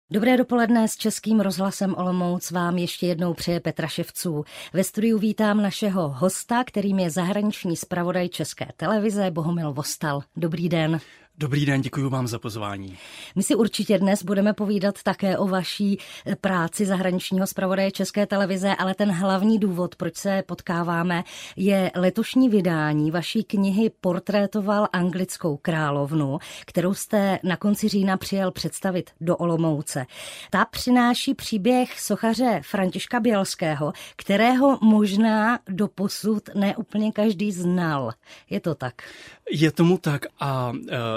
Dobré dopoledne, s Českým rozhlasem Olomouc vám ještě jednou přeje Petra Ševců. Ve studiu vítám našeho hosta, kterým je zahraniční zpravodaj České televize Bohumil Vostal. Dobrý den. Dobrý den, děkuji vám za pozvání. My si určitě dnes budeme povídat také o vaší práci zahraničního zpravodaje České televize, ale ten hlavní důvod, proč se potkáváme, je letošní vydání vaší knihy Portrétoval anglickou královnu, kterou jste na konci října přijel představit do Olomouce. Ta přináší příběh sochaře Františka Bělského, kterého možná doposud ne úplně každý znal. Je to tak? Je tomu tak a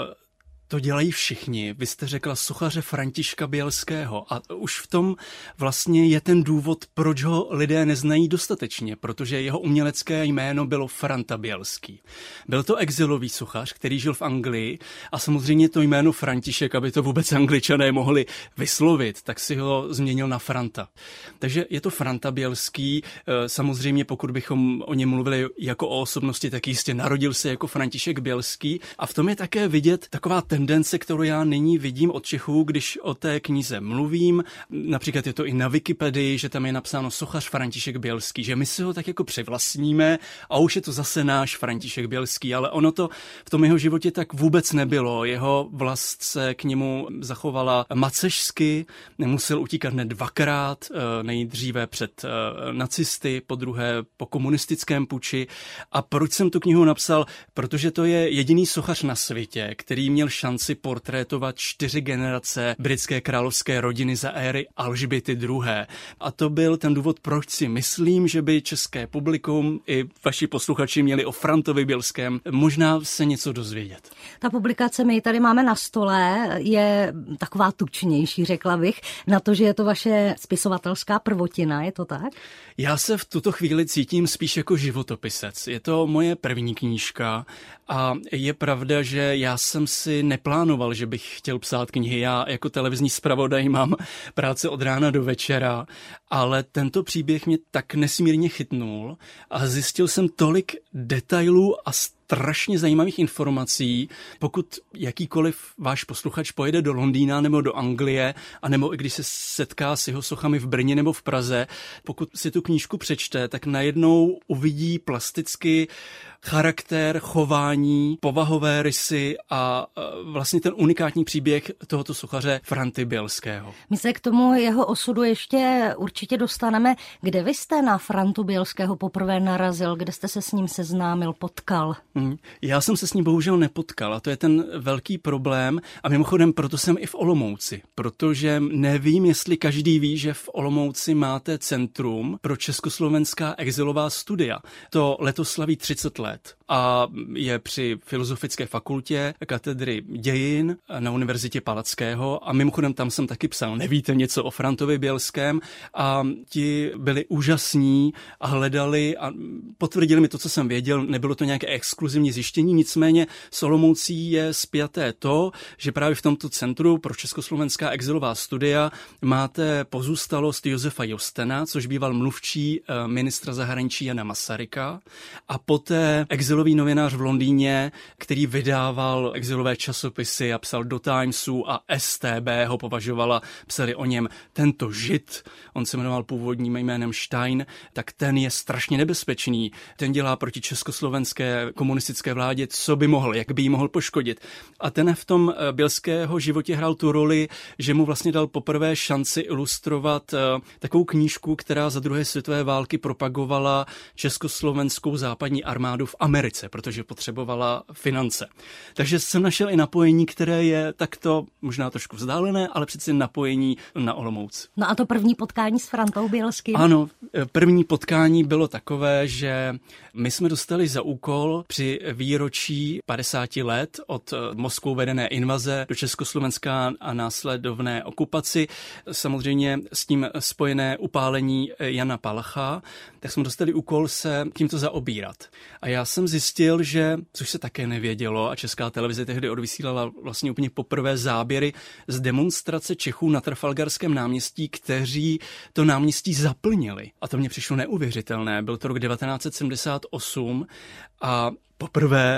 to dělají všichni. Vy jste řekla sochaře Františka Bělského a už v tom vlastně je ten důvod, proč ho lidé neznají dostatečně, protože jeho umělecké jméno bylo Franta Bělský. Byl to exilový sochař, který žil v Anglii a samozřejmě to jméno František, aby to vůbec Angličané mohli vyslovit, tak si ho změnil na Franta. Takže je to Franta Bělský, samozřejmě pokud bychom o něm mluvili jako o osobnosti, tak jistě narodil se jako František Bělský a v tom je také vidět taková tendence, kterou já nyní vidím od Čechů, když o té knize mluvím. Například je to i na Wikipedii, že tam je napsáno sochař František Bělský, že my si ho tak jako přivlastníme a už je to zase náš František Bělský, ale ono to v tom jeho životě tak vůbec nebylo. Jeho vlast se k němu zachovala macešsky, musel utíkat hned dvakrát, nejdříve před nacisty, podruhé po komunistickém puči. A proč jsem tu knihu napsal? Protože to je jediný sochař na světě, který měl šanci portrétovat 4 generace britské královské rodiny za éry Alžběty II. A to byl ten důvod, proč si myslím, že by české publikum i vaši posluchači měli o Frantovi Bělském možná se něco dozvědět. Ta publikace, my ji tady máme na stole, je taková tučnější, řekla bych, na to, že je to vaše spisovatelská prvotina, je to tak? Já se v tuto chvíli cítím spíš jako životopisec. Je to moje první knížka a je pravda, že já jsem si neplánoval, že bych chtěl psát knihy. Já jako televizní zpravodaj mám práce od rána do večera, ale tento příběh mě tak nesmírně chytnul a zjistil jsem tolik detailů a strašně zajímavých informací. Pokud jakýkoliv váš posluchač pojede do Londýna nebo do Anglie, anebo i když se setká s jeho sochami v Brně nebo v Praze, pokud si tu knížku přečte, tak najednou uvidí plasticky charakter, chování, povahové rysy a vlastně ten unikátní příběh tohoto sochaře Franty Bělského. My se k tomu jeho osudu ještě určitě dostaneme. Kde vy jste na Frantu Bělského poprvé narazil? Kde jste se s ním seznámil, potkal? Já jsem se s ním bohužel nepotkal a to je ten velký problém a mimochodem proto jsem i v Olomouci, protože nevím, jestli každý ví, že v Olomouci máte Centrum pro československá exilová studia. To letos slaví 30 let a je při Filozofické fakultě katedry dějin na Univerzitě Palackého a mimochodem tam jsem taky psal, nevíte něco o Frantovi Bělském a ti byli úžasní a hledali a potvrdili mi to, co jsem věděl, nebylo to nějaké exkluzivní zjištění, nicméně s Olomoucí je spjaté to, že právě v tomto Centru pro československá exilová studia máte pozůstalost Josefa Jostena, což býval mluvčí ministra zahraničí Jana Masaryka a poté exilový novinář v Londýně, který vydával exilové časopisy a psal do Timesu a STB ho považovala, psali o něm tento žid, on se jmenoval původním jménem Stein, tak ten je strašně nebezpečný, ten dělá proti československé komunistické vládě, co by mohl, jak by jí mohl poškodit. A ten v tom Bělského životě hrál tu roli, že mu vlastně dal poprvé šanci ilustrovat takovou knížku, která za druhé světové války propagovala československou západní armádu v Americe, protože potřebovala finance. Takže jsem našel i napojení, které je takto možná trošku vzdálené, ale přeci napojení na Olomouc. No a to první potkání s Frantou Bělským? Ano, první potkání bylo takové, že my jsme dostali za úkol při výročí 50 let od Moskvou vedené invaze do Československa a následovné okupaci, samozřejmě s tím spojené upálení Jana Palacha, tak jsme dostali úkol se tímto zaobírat. A já jsem zjistil, že, což se také nevědělo, a Česká televize tehdy odvysílala vlastně úplně poprvé záběry z demonstrace Čechů na Trafalgarském náměstí, kteří to náměstí zaplnili. A to mně přišlo neuvěřitelné. Byl to rok 1978 a poprvé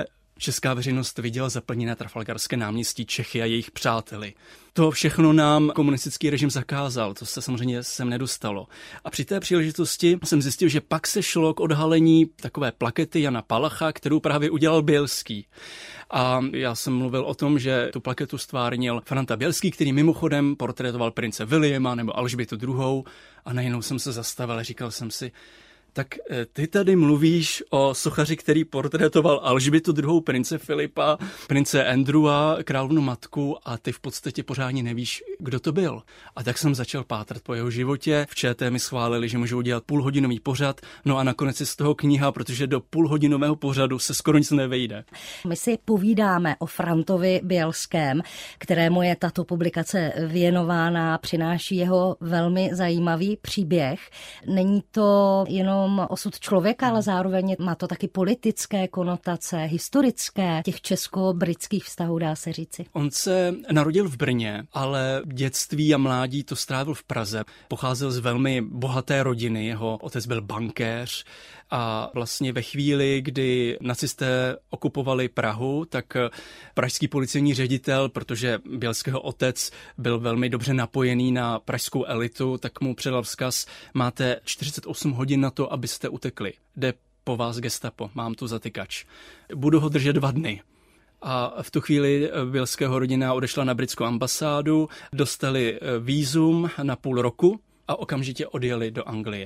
česká veřejnost viděla zaplněné Trafalgarské náměstí Čechy a jejich přáteli. To všechno nám komunistický režim zakázal, to se samozřejmě sem nedostalo. A při té příležitosti jsem zjistil, že pak se šlo k odhalení takové plakety Jana Palacha, kterou právě udělal Bělský. A já jsem mluvil o tom, že tu plaketu stvárnil Franta Bělský, který mimochodem portrétoval prince Williama nebo Alžbětu II. A najednou jsem se zastavil a říkal jsem si, tak ty tady mluvíš o sochaři, který portrétoval Alžbětu II., prince Filipa, prince Andrewa, královnu matku a ty v podstatě pořádně nevíš, kdo to byl. A tak jsem začal pátrat po jeho životě. V ČT mi schválili, že můžu udělat půlhodinový pořad, no a nakonec je z toho kniha, protože do půlhodinového pořadu se skoro nic nevejde. My si povídáme o Frantovi Bělském, kterému je tato publikace věnována, přináší jeho velmi zajímavý příběh. Není to jenom osud člověka, ale zároveň má to taky politické konotace, historické, těch česko-britských vztahů, dá se říci. On se narodil v Brně, ale dětství a mládí to strávil v Praze. Pocházel z velmi bohaté rodiny, jeho otec byl bankéř a vlastně ve chvíli, kdy nacisté okupovali Prahu, tak pražský policejní ředitel, protože Bělského otec byl velmi dobře napojený na pražskou elitu, tak mu předal vzkaz, máte 48 hodin na to, abyste utekli. Jde po vás gestapo, mám tu zatykač. Budu ho držet 2 dny. A v tu chvíli Bělského rodina odešla na britskou ambasádu, dostali vízum na půl roku a okamžitě odjeli do Anglie.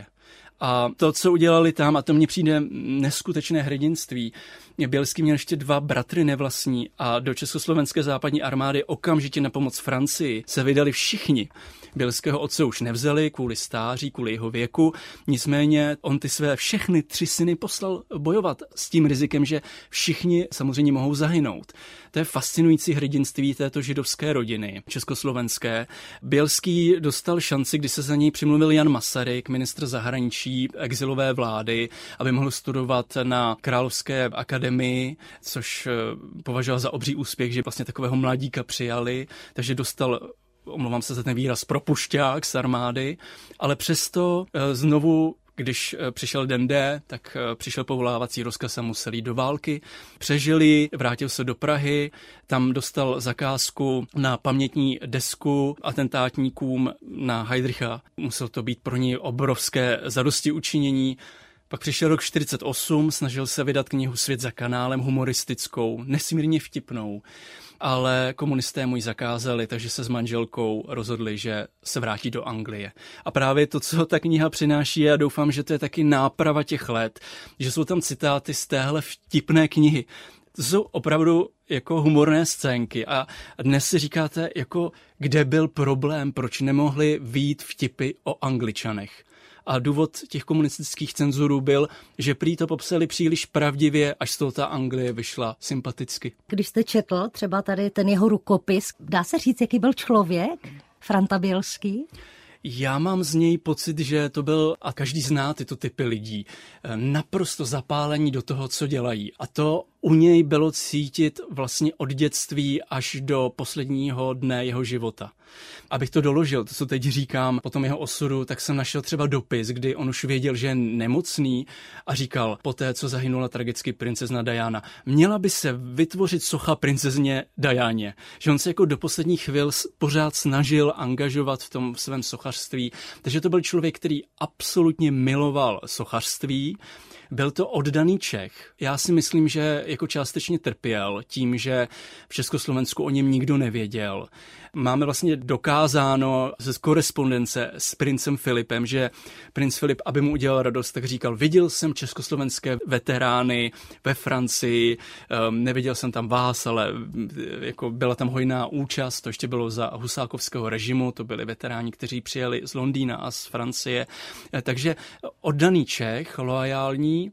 A to, co udělali tam, a to mně přijde neskutečné hrdinství, Bělský měl ještě 2 bratry nevlastní a do československé západní armády okamžitě na pomoc Francii se vydali všichni. Bělského otce už nevzali kvůli stáří, kvůli jeho věku, nicméně on ty své všechny 3 syny poslal bojovat s tím rizikem, že všichni samozřejmě mohou zahynout. To je fascinující hrdinství této židovské rodiny československé. Bělský dostal šanci, kdy se za něj přimluvil Jan Masaryk, ministr zahraničí exilové vlády, aby mohl studovat na Královské akademii, což považoval za obří úspěch, že vlastně takového mladíka přijali, takže dostal, omlouvám se za ten výraz, propušťák z armády, ale přesto znovu, když přišel den D, tak přišel povolávací rozkaz a musel jít do války. Přežili, vrátil se do Prahy, tam dostal zakázku na pamětní desku atentátníkům na Heydricha. Musel to být pro něj obrovské zadostiučinění. Pak přišel rok 1948, snažil se vydat knihu Svět za kanálem, humoristickou, nesmírně vtipnou, ale komunisté mu ji zakázali, takže se s manželkou rozhodli, že se vrátí do Anglie. A právě to, co ta kniha přináší, já doufám, že to je taky náprava těch let, že jsou tam citáty z téhle vtipné knihy. To jsou opravdu jako humorné scénky a dnes si říkáte, jako kde byl problém, proč nemohli vyjít vtipy o Angličanech. A důvod těch komunistických cenzurů byl, že prý to popsali příliš pravdivě, až z toho ta Anglie vyšla sympaticky. Když jste četl třeba tady ten jeho rukopis, dá se říct, jaký byl člověk, Franta Bělský? Já mám z něj pocit, že to byl, a každý zná tyto typy lidí, naprosto zapálení do toho, co dělají. A to u něj bylo cítit vlastně od dětství až do posledního dne jeho života. Abych to doložil, to, co teď říkám, po tom jeho osudu, tak jsem našel třeba dopis, kdy on už věděl, že je nemocný a říkal, poté, co zahynula tragicky princezna Diana, měla by se vytvořit socha princezně Dianě. Že on se jako do posledních chvil pořád snažil angažovat v tom svém sochařství. Takže to byl člověk, který absolutně miloval sochařství. Byl to oddaný Čech. Já si myslím, že jako částečně trpěl tím, že v Československu o něm nikdo nevěděl. Máme vlastně dokázáno ze korespondence s princem Filipem, že princ Filip, aby mu udělal radost, tak říkal, viděl jsem československé veterány ve Francii, neviděl jsem tam vás, ale jako byla tam hojná účast, to ještě bylo za husákovského režimu, to byli veteráni, kteří přijeli z Londýna a z Francie. Takže oddaný Čech, loajální,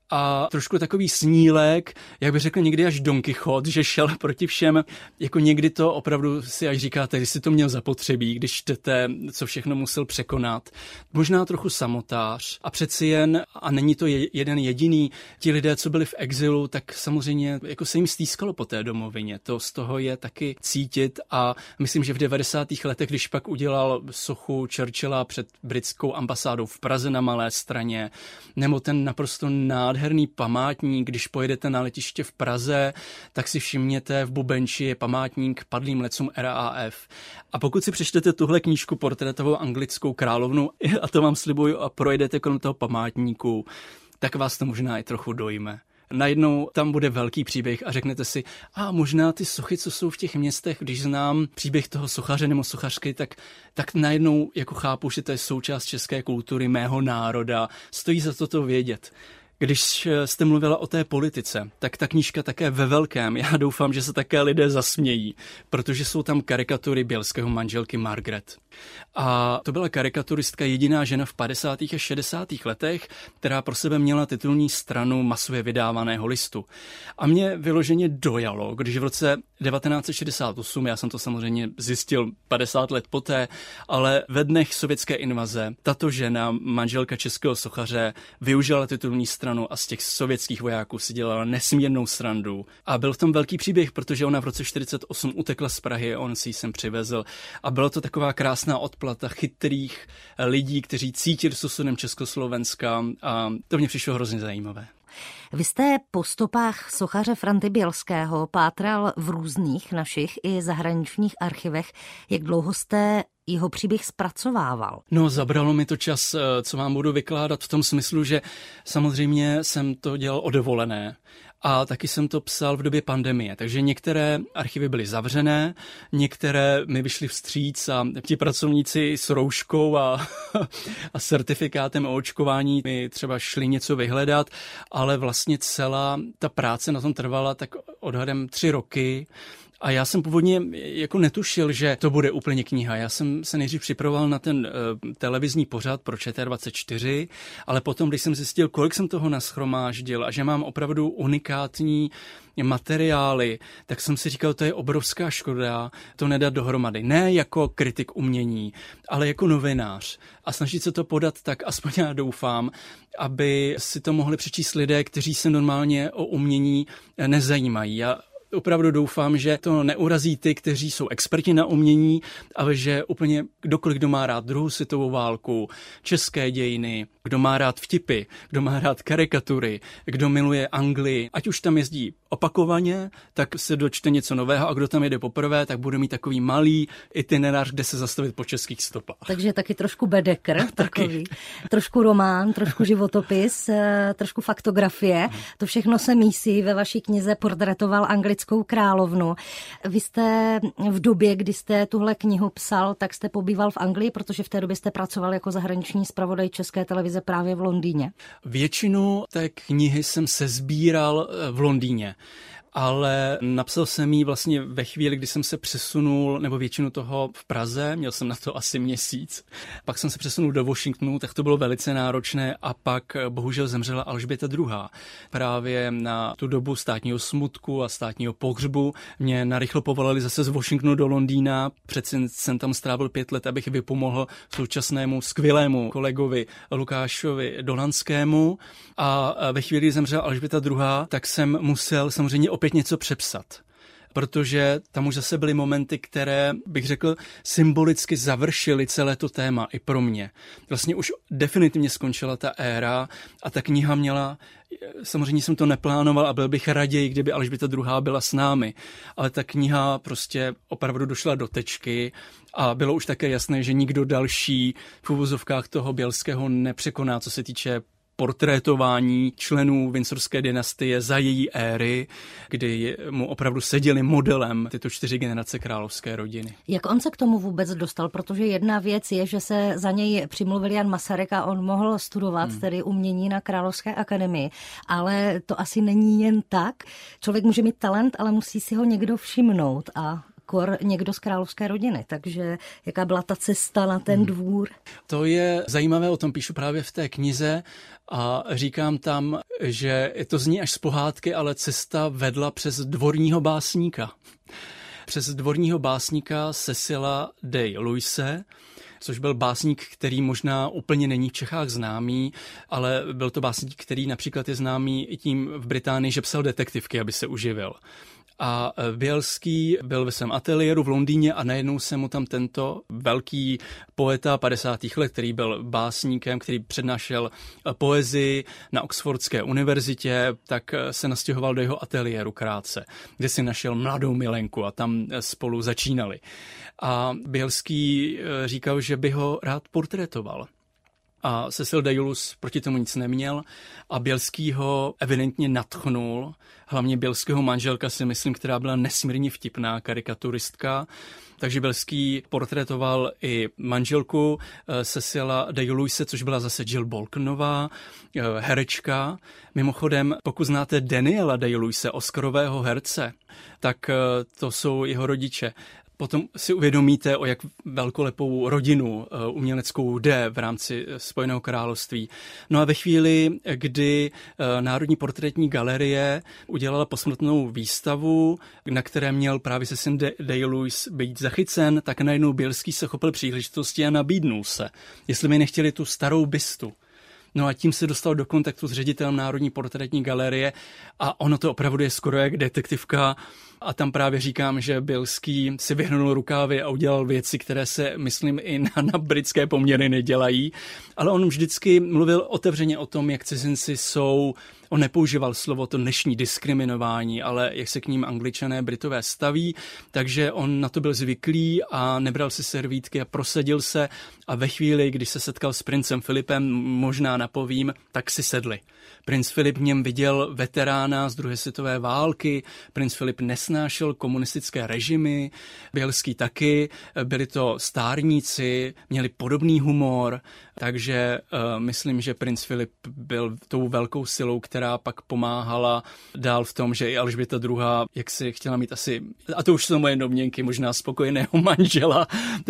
a trošku takový snílek, jak by řekl někdy až Don Quixote, že šel proti všem, jako někdy to opravdu si až říkáte, když si to měl zapotřebí, když čtete, co všechno musel překonat. Možná trochu samotář a přeci jen, a není to jeden jediný, ti lidé, co byli v exilu, tak samozřejmě jako se jim stýskalo po té domovině. To z toho je taky cítit a myslím, že v 90. letech, když pak udělal sochu Churchilla před britskou ambasádou v Praze na Malé Straně, nebo ten naprosto nádherný nádherný památník, když pojedete na letiště v Praze, tak si všimněte, v Bubenči je památník padlým letcům RAF. A pokud si přečtete tuhle knížku portrétovou anglickou královnu, a to vám slibuju, a projedete kolem toho památníku, tak vás to možná i trochu dojme. Najednou tam bude velký příběh a řeknete si, možná ty sochy, co jsou v těch městech, když znám příběh toho sochaře nebo sochařky, tak najednou jako chápu, že to je součást české kultury, mého národa, stojí za to vědět. Když jste mluvila o té politice, tak ta knížka také ve velkém, já doufám, že se také lidé zasmějí, protože jsou tam karikatury Bělského manželky Margaret. A to byla karikaturistka, jediná žena v 50. a 60. letech, která pro sebe měla titulní stranu masově vydávaného listu. A mě vyloženě dojalo, když v roce 1968, já jsem to samozřejmě zjistil 50 let poté, ale ve dnech sovětské invaze tato žena, manželka českého sochaře, využila titulní stranu a z těch sovětských vojáků si dělala nesmírnou srandu. A byl v tom velký příběh, protože ona v roce 48 utekla z Prahy, on si ji sem přivezl a bylo to taková krásná odplata chytrých lidí, kteří cítili s osudem Československa a to mě přišlo hrozně zajímavé. Vy jste po stopách sochaře Franty Bělského pátral v různých našich i zahraničních archivech. Jak dlouho jste jeho příběh zpracovával? No, zabralo mi to čas, co vám budu vykládat v tom smyslu, že samozřejmě jsem to dělal o dovolené. A taky jsem to psal v době pandemie, takže některé archivy byly zavřené, některé mi vyšly vstříc a ti pracovníci s rouškou a certifikátem o očkování mi třeba šli něco vyhledat, ale vlastně celá ta práce na tom trvala tak odhadem 3 roky. A já jsem původně jako netušil, že to bude úplně kniha. Já jsem se nejdřív připravoval na ten televizní pořad pro ČT24, ale potom, když jsem zjistil, kolik jsem toho nashromáždil a že mám opravdu unikátní materiály, tak jsem si říkal, to je obrovská škoda to nedat dohromady. Ne jako kritik umění, ale jako novinář. A snažit se to podat tak, aspoň já doufám, aby si to mohli přečíst lidé, kteří se normálně o umění nezajímají. Já opravdu doufám, že to neurazí ty, kteří jsou experti na umění, ale že úplně kdokoliv, kdo má rád druhou světovou válku, české dějiny, kdo má rád vtipy, kdo má rád karikatury, kdo miluje Anglii, ať už tam jezdí opakovaně, tak se dočte něco nového a kdo tam jede poprvé, tak bude mít takový malý itinerář, kde se zastavit po českých stopách. Takže taky trošku Bedeker, takový, trošku román, trošku životopis, trošku faktografie. To všechno se mísí ve vaší knize Portrétoval anglickou královnu. Vy jste v době, kdy jste tuhle knihu psal, tak jste pobýval v Anglii, protože v té době jste pracoval jako zahraniční zpravodaj České televize právě v Londýně. Většinu té knihy jsem sesbíral v Londýně. Ale napsal jsem ji vlastně ve chvíli, kdy jsem se přesunul, nebo většinu toho v Praze, měl jsem na to asi měsíc. Pak jsem se přesunul do Washingtonu, tak to bylo velice náročné a pak bohužel zemřela Alžběta II. Právě na tu dobu státního smutku a státního pohřbu mě narychlo povolali zase z Washingtonu do Londýna. Přece jsem tam strávil 5 let, abych vypomohl současnému skvělému kolegovi Lukášovi Dolanskému. A ve chvíli, kdy zemřela Alžběta II., tak jsem musel samozřejmě opět něco přepsat. Protože tam už zase byly momenty, které, bych řekl, symbolicky završily celé to téma i pro mě. Vlastně už definitivně skončila ta éra a ta kniha měla, samozřejmě jsem to neplánoval a byl bych raději, kdyby Alžběta II. Byla s námi, ale ta kniha prostě opravdu došla do tečky a bylo už také jasné, že nikdo další v uvozovkách toho Bělského nepřekoná, co se týče portrétování členů Windsorské dynastie za její éry, kdy mu opravdu seděli modelem tyto 4 generace královské rodiny. Jak on se k tomu vůbec dostal? Protože jedna věc je, že se za něj přimluvil Jan Masaryk a on mohl studovat tedy umění na Královské akademii, ale to asi není jen tak. Člověk může mít talent, ale musí si ho někdo všimnout a někdo z královské rodiny, takže jaká byla ta cesta na ten dvůr? To je zajímavé, o tom píšu právě v té knize a říkám tam, že to zní až z pohádky, ale cesta vedla přes dvorního básníka. Přes dvorního básníka Cecila Day Lewise, což byl básník, který možná úplně není v Čechách známý, ale byl to básník, který například je známý i tím v Británii, že psal detektivky, aby se uživil. A Bělský byl ve svém ateliéru v Londýně a najednou se mu tam tento velký poeta 50. let, který byl básníkem, který přednášel poezii na Oxfordské univerzitě, tak se nastěhoval do jeho ateliéru krátce, kde si našel mladou milenku a tam spolu začínali. A Bělský říkal, že by ho rád portrétoval. A Cecil Deiulus proti tomu nic neměl a Bělský ho evidentně nadchnul. Hlavně Bělského manželka, si myslím, která byla nesmírně vtipná karikaturistka. Takže Bělský portrétoval i manželku Cecila Deiuluse, což byla zase Jill Boltonová, herečka. Mimochodem, pokud znáte Daniela Deiuluse, oscarového herce, tak to jsou jeho rodiče. Potom si uvědomíte, o jak velkolepou rodinu uměleckou jde v rámci Spojeného království. No a ve chvíli, kdy Národní portrétní galerie udělala posmrtnou výstavu, na které měl právě Cecil Deiulus být zachycen, tak najednou Bělský se chopil příležitosti a nabídnul se, jestli by nechtěli tu starou bystu. No a tím se dostal do kontaktu s ředitelem Národní portrétní galerie a ono to opravdu je skoro jak detektivka a tam právě říkám, že Bělský si vyhrnul rukávy a udělal věci, které se, myslím, i na britské poměry nedělají, ale on vždycky mluvil otevřeně o tom, jak cizinci jsou. On nepoužíval slovo to dnešní diskriminování, ale jak se k ním Angličané, Britové staví, takže on na to byl zvyklý a nebral si servítky a prosadil se a ve chvíli, když se setkal s princem Filipem, možná napovím, tak si sedli. Princ Filip v něm viděl veterána z druhé světové války, princ Filip nesnášel komunistické režimy, Bělský taky, byli to stárníci, měli podobný humor, takže myslím, že princ Filip byl tou velkou silou, která pak pomáhala dál v tom, že i Alžběta II., jak si chtěla mít asi, a to už jsou moje domněnky, možná spokojeného manžela,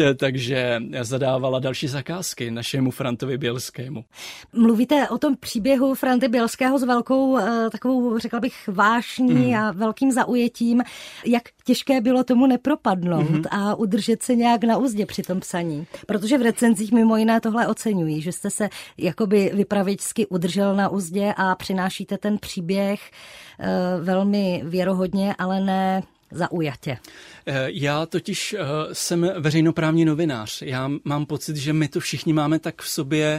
takže zadávala další zakázky našemu Frantovi Bělskému. Mluvíte o tom příběhu Franty Bělského s velkou takovou, řekla bych, vášní a velkým zaujetím. Jak těžké bylo tomu nepropadnout a udržet se nějak na uzdě při tom psaní? Protože v recenzích mimo jiné tohle oceňují, že jste se jakoby vypravěčsky udržel na uzdě a přinášíte ten příběh velmi věrohodně, ale ne zaujatě. Já totiž jsem veřejnoprávní novinář. Já mám pocit, že my to všichni máme tak v sobě,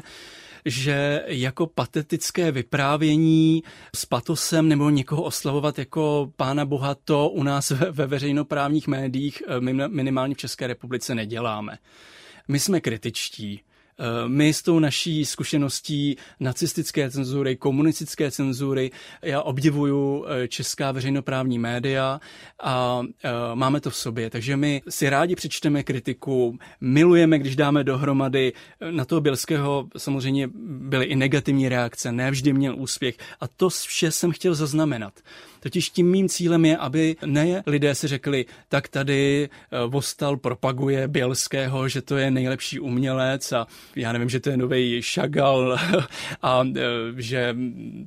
že jako patetické vyprávění s patosem nebo někoho oslavovat jako Pána Boha, to u nás ve veřejnoprávních médiích minimálně v České republice neděláme. My jsme kritičtí. My s tou naší zkušeností nacistické cenzury, komunistické cenzury, já obdivuju česká veřejnoprávní média a máme to v sobě. Takže my si rádi přečteme kritiku, milujeme, když dáme dohromady. Na toho Bělského samozřejmě byly i negativní reakce, ne vždy měl úspěch a to vše jsem chtěl zaznamenat. Totiž tím mým cílem je, aby ne lidé si řekli, tak tady Vostal propaguje Bělského, že to je nejlepší umělec a já nevím, že to je novej Chagall a že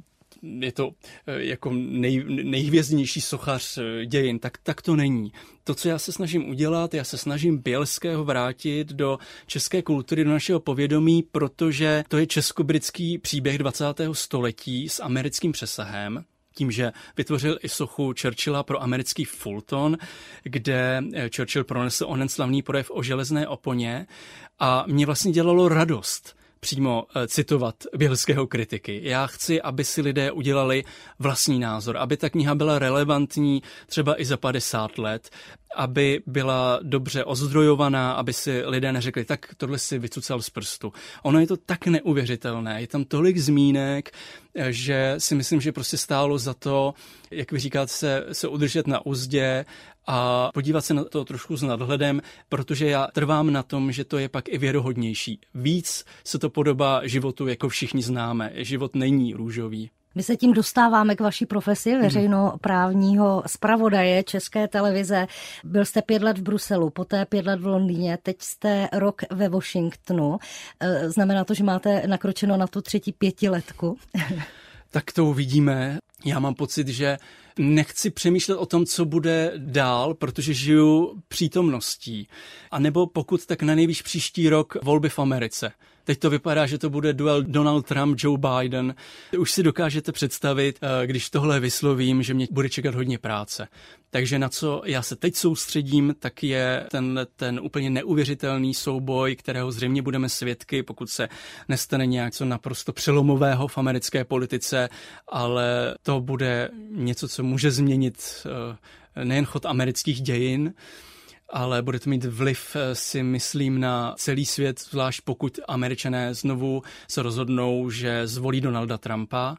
je to jako nejhvězdnější sochař dějin, tak to není. To, co já se snažím udělat, já se snažím Bělského vrátit do české kultury, do našeho povědomí, protože to je česko-britský příběh 20. století s americkým přesahem. Tím, že vytvořil i sochu Churchilla pro americký Fulton, kde Churchill pronesl onen slavný projev o železné oponě a mě vlastně dělalo radost přímo citovat Bělského kritiky. Já chci, aby si lidé udělali vlastní názor, aby ta kniha byla relevantní třeba i za 50 let, aby byla dobře ozdrojovaná, aby si lidé neřekli, tak tohle si vycucal z prstu. Ono je to tak neuvěřitelné, je tam tolik zmínek, že si myslím, že prostě stálo za to, jak vy říkáte, se udržet na uzdě a podívat se na to trošku s nadhledem, protože já trvám na tom, že to je pak i věrohodnější. Víc se to podobá životu, jako všichni známe. Život není růžový. My se tím dostáváme k vaší profesi veřejnoprávního zpravodaje České televize. Byl jste 5 let v Bruselu, poté 5 let v Londýně, teď jste rok ve Washingtonu. Znamená to, že máte nakročeno na tu 3. 5letku? Tak to uvidíme. Já mám pocit, že Nechci přemýšlet o tom, co bude dál, protože žiju přítomností. A nebo pokud, tak na nejvýš příští rok volby v Americe. Teď to vypadá, že to bude duel Donald Trump, Joe Biden. Už si dokážete představit, když tohle vyslovím, že mě bude čekat hodně práce. Takže na co já se teď soustředím, tak je ten úplně neuvěřitelný souboj, kterého zřejmě budeme svědky, pokud se nestane něco naprosto přelomového v americké politice, ale to bude něco, co může změnit nejen chod amerických dějin, ale bude to mít vliv, si myslím, na celý svět, zvlášť pokud Američané znovu se rozhodnou, že zvolí Donalda Trumpa.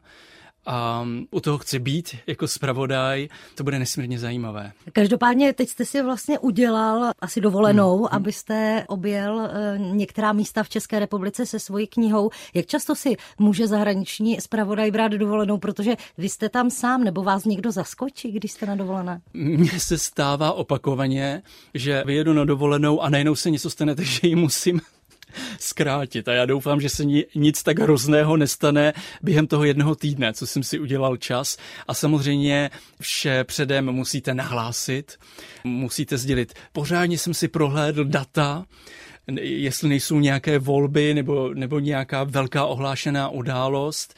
A u toho chci být jako zpravodaj, to bude nesmírně zajímavé. Každopádně teď jste si vlastně udělal asi dovolenou, abyste objel některá místa v České republice se svojí knihou. Jak často si může zahraniční zpravodaj brát dovolenou, protože vy jste tam sám, nebo vás někdo zaskočí, když jste na dovolené? Mně se stává opakovaně, že vyjedu na dovolenou a najednou se něco stane, takže ji musím zkrátit. A já doufám, že se nic tak hrozného nestane během toho jednoho týdne, co jsem si udělal čas. A samozřejmě vše předem musíte nahlásit, musíte sdělit. Pořádně jsem si prohlédl data, jestli nejsou nějaké volby nebo nějaká velká ohlášená událost.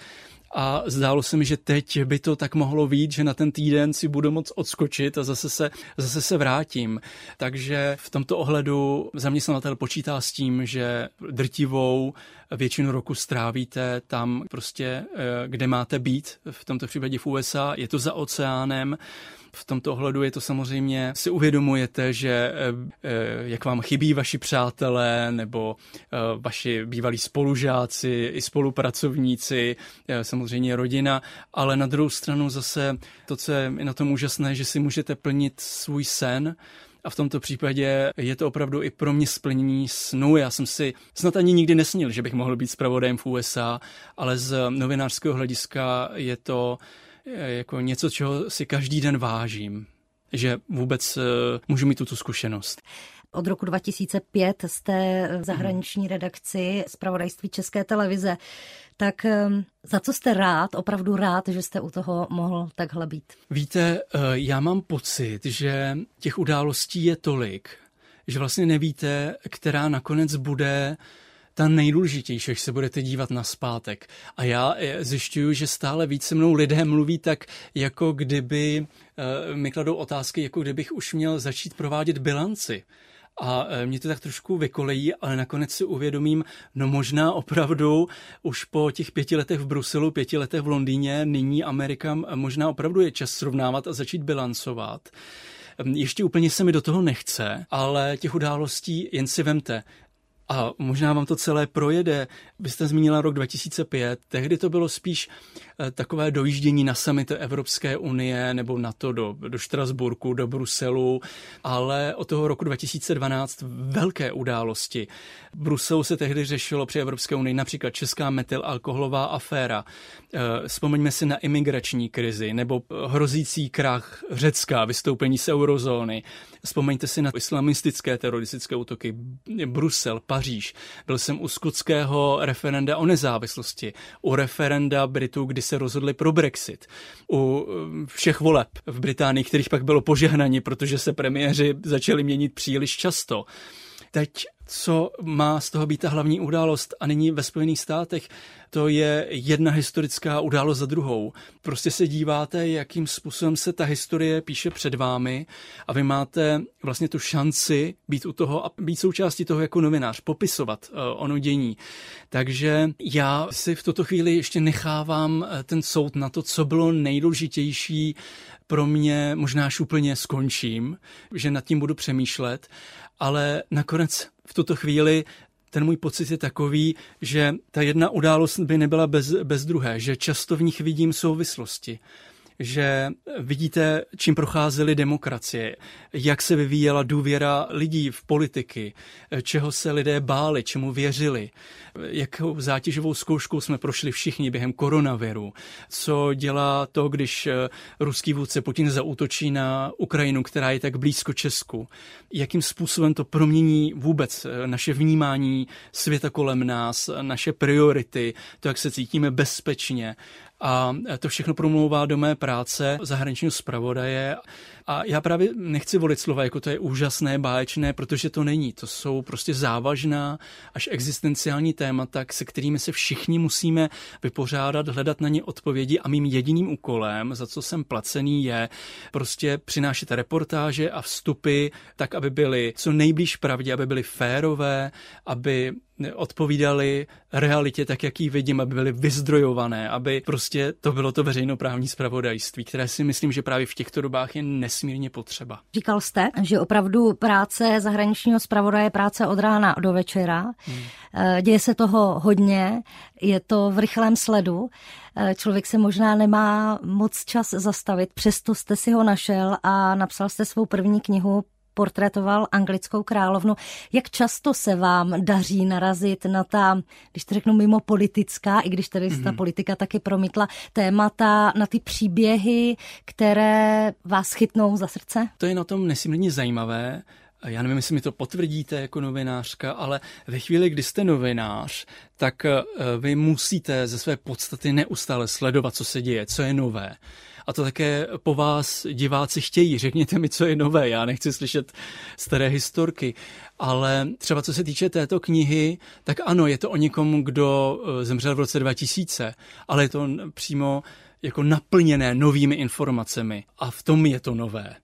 A zdálo se mi, že teď by to tak mohlo být, že na ten týden si budu moct odskočit a zase se vrátím. Takže v tomto ohledu zaměstnavatel počítá s tím, že drtivou většinu roku strávíte tam prostě, kde máte být, v tomto případě v USA, je to za oceánem. V tomto ohledu je to samozřejmě, si uvědomujete, že jak vám chybí vaši přátelé nebo vaši bývalí spolužáci i spolupracovníci, samozřejmě rodina, ale na druhou stranu zase to, co je na tom úžasné, že si můžete plnit svůj sen. A v tomto případě je to opravdu i pro mě splnění snu. Já jsem si snad ani nikdy nesnil, že bych mohl být zpravodajem v USA, ale z novinářského hlediska je to jako něco, čeho si každý den vážím, že vůbec můžu mít tuto zkušenost. Od roku 2005 jste v zahraniční redakci zpravodajství České televize. Tak za co jste rád, opravdu rád, že jste u toho mohl takhle být? Víte, já mám pocit, že těch událostí je tolik, že vlastně nevíte, která nakonec bude ta nejdůležitější, až se budete dívat nazpátek. A já zjišťuju, že stále víc se mnou lidé mluví tak, jako kdyby mi kladou otázky, jako kdybych už měl začít provádět bilanci. A mě to tak trošku vykolejí, ale nakonec si uvědomím, no možná opravdu už po těch 5 letech v Bruselu, 5 letech v Londýně, nyní Amerika, možná opravdu je čas srovnávat a začít bilancovat. Ještě úplně se mi do toho nechce, ale těch událostí jen si vemte. A možná vám to celé projede. Vy jste zmínila rok 2005, tehdy to bylo spíš takové dojíždění na summit Evropské unie nebo NATO do Štrasburku, do Bruselu, ale od toho roku 2012 velké události. V Bruselu se tehdy řešilo při Evropské unii například česká metylalkoholová aféra. Vzpomeňme si na imigrační krizi nebo hrozící krach Řecka, vystoupení z eurozóny. Vzpomeňte si na islamistické teroristické útoky. Brusel, Paříž. Byl jsem u skotského referenda o nezávislosti, u referenda Britů, kdy se rozhodli pro Brexit, u všech voleb v Británii, kterých pak bylo požehnaní, protože se premiéři začali měnit příliš často. Teď, co má z toho být ta hlavní událost a nyní ve Spojených státech, to je jedna historická událost za druhou. Prostě se díváte, jakým způsobem se ta historie píše před vámi a vy máte vlastně tu šanci být u toho a být součástí toho jako novinář, popisovat ono dění. Takže já si v tuto chvíli ještě nechávám ten soud na to, co bylo nejdůležitější pro mě, možná až úplně skončím, že nad tím budu přemýšlet, ale nakonec v tuto chvíli ten můj pocit je takový, že ta jedna událost by nebyla bez druhé, že často v nich vidím souvislosti, že vidíte, čím procházely demokracie, jak se vyvíjela důvěra lidí v politiky, čeho se lidé báli, čemu věřili, jakou zátěžovou zkouškou jsme prošli všichni během koronaviru, co dělá to, když ruský vůdce Putin zaútočí na Ukrajinu, která je tak blízko Česku, jakým způsobem to promění vůbec naše vnímání světa kolem nás, naše priority, to, jak se cítíme bezpečně. A to všechno promlouvá do mé práce zahraničního zpravodaje. A já právě nechci volit slova, jako to je úžasné, báječné, protože to není. To jsou prostě závažná až existenciální témata, se kterými se všichni musíme vypořádat, hledat na ně odpovědi a mým jediným úkolem, za co jsem placený, je prostě přinášet reportáže a vstupy tak, aby byly co nejblíž pravdě, aby byly férové, aby odpovídali realitě tak, jak ji vidím, aby byly vyzdrojované, aby prostě to bylo to veřejnoprávní zpravodajství, které si myslím, že právě v těchto dobách je nesmírně potřeba. Říkal jste, že opravdu práce zahraničního zpravodaje je práce od rána do večera. Děje se toho hodně, je to v rychlém sledu. Člověk se možná nemá moc čas zastavit, přesto jste si ho našel a napsal jste svou první knihu, portrétoval anglickou královnu. Jak často se vám daří narazit na ta, když to řeknu mimo politická, i když tady ta politika taky promítla, témata, na ty příběhy, které vás chytnou za srdce? To je na tom nesmírně zajímavé. Já nevím, jestli mi to potvrdíte jako novinářka, ale ve chvíli, kdy jste novinář, tak vy musíte ze své podstaty neustále sledovat, co se děje, co je nové. A to také po vás diváci chtějí. Řekněte mi, co je nové. Já nechci slyšet staré historky. Ale třeba co se týče této knihy, tak ano, je to o někom, kdo zemřel v roce 2000, ale je to přímo jako naplněné novými informacemi. A v tom je to nové.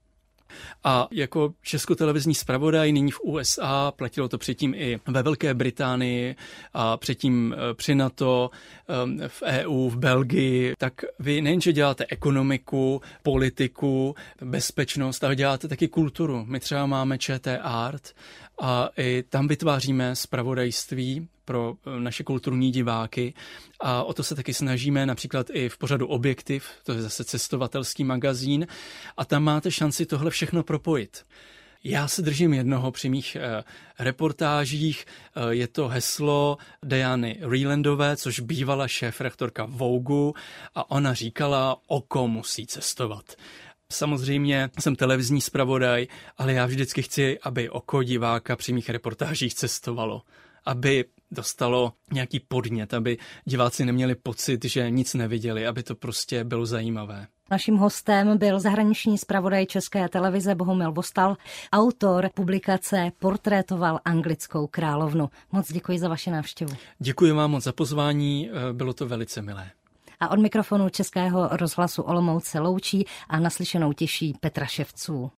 A jako českotelevizní zpravodaj nyní v USA, platilo to předtím i ve Velké Británii a předtím při NATO, v EU, v Belgii, tak vy nejenže děláte ekonomiku, politiku, bezpečnost, ale děláte taky kulturu. My třeba máme ČT Art a i tam vytváříme zpravodajství pro naše kulturní diváky a o to se taky snažíme například i v pořadu Objektiv, to je zase cestovatelský magazín a tam máte šanci tohle všechno propojit. Já se držím jednoho při mých reportážích, je to heslo Diany Vreelandové, což bývala šéfredaktorka Vogue a ona říkala, oko musí cestovat. Samozřejmě jsem televizní zpravodaj, ale já vždycky chci, aby oko diváka při mých reportážích cestovalo, aby dostalo nějaký podnět, aby diváci neměli pocit, že nic neviděli, aby to prostě bylo zajímavé. Naším hostem byl zahraniční zpravodaj České televize Bohumil Vostal, autor publikace Portrétoval anglickou královnu. Moc děkuji za vaši návštěvu. Děkuji vám moc za pozvání, bylo to velice milé. A od mikrofonu Českého rozhlasu Olomouc se loučí a naslyšenou těší Petra Ševců.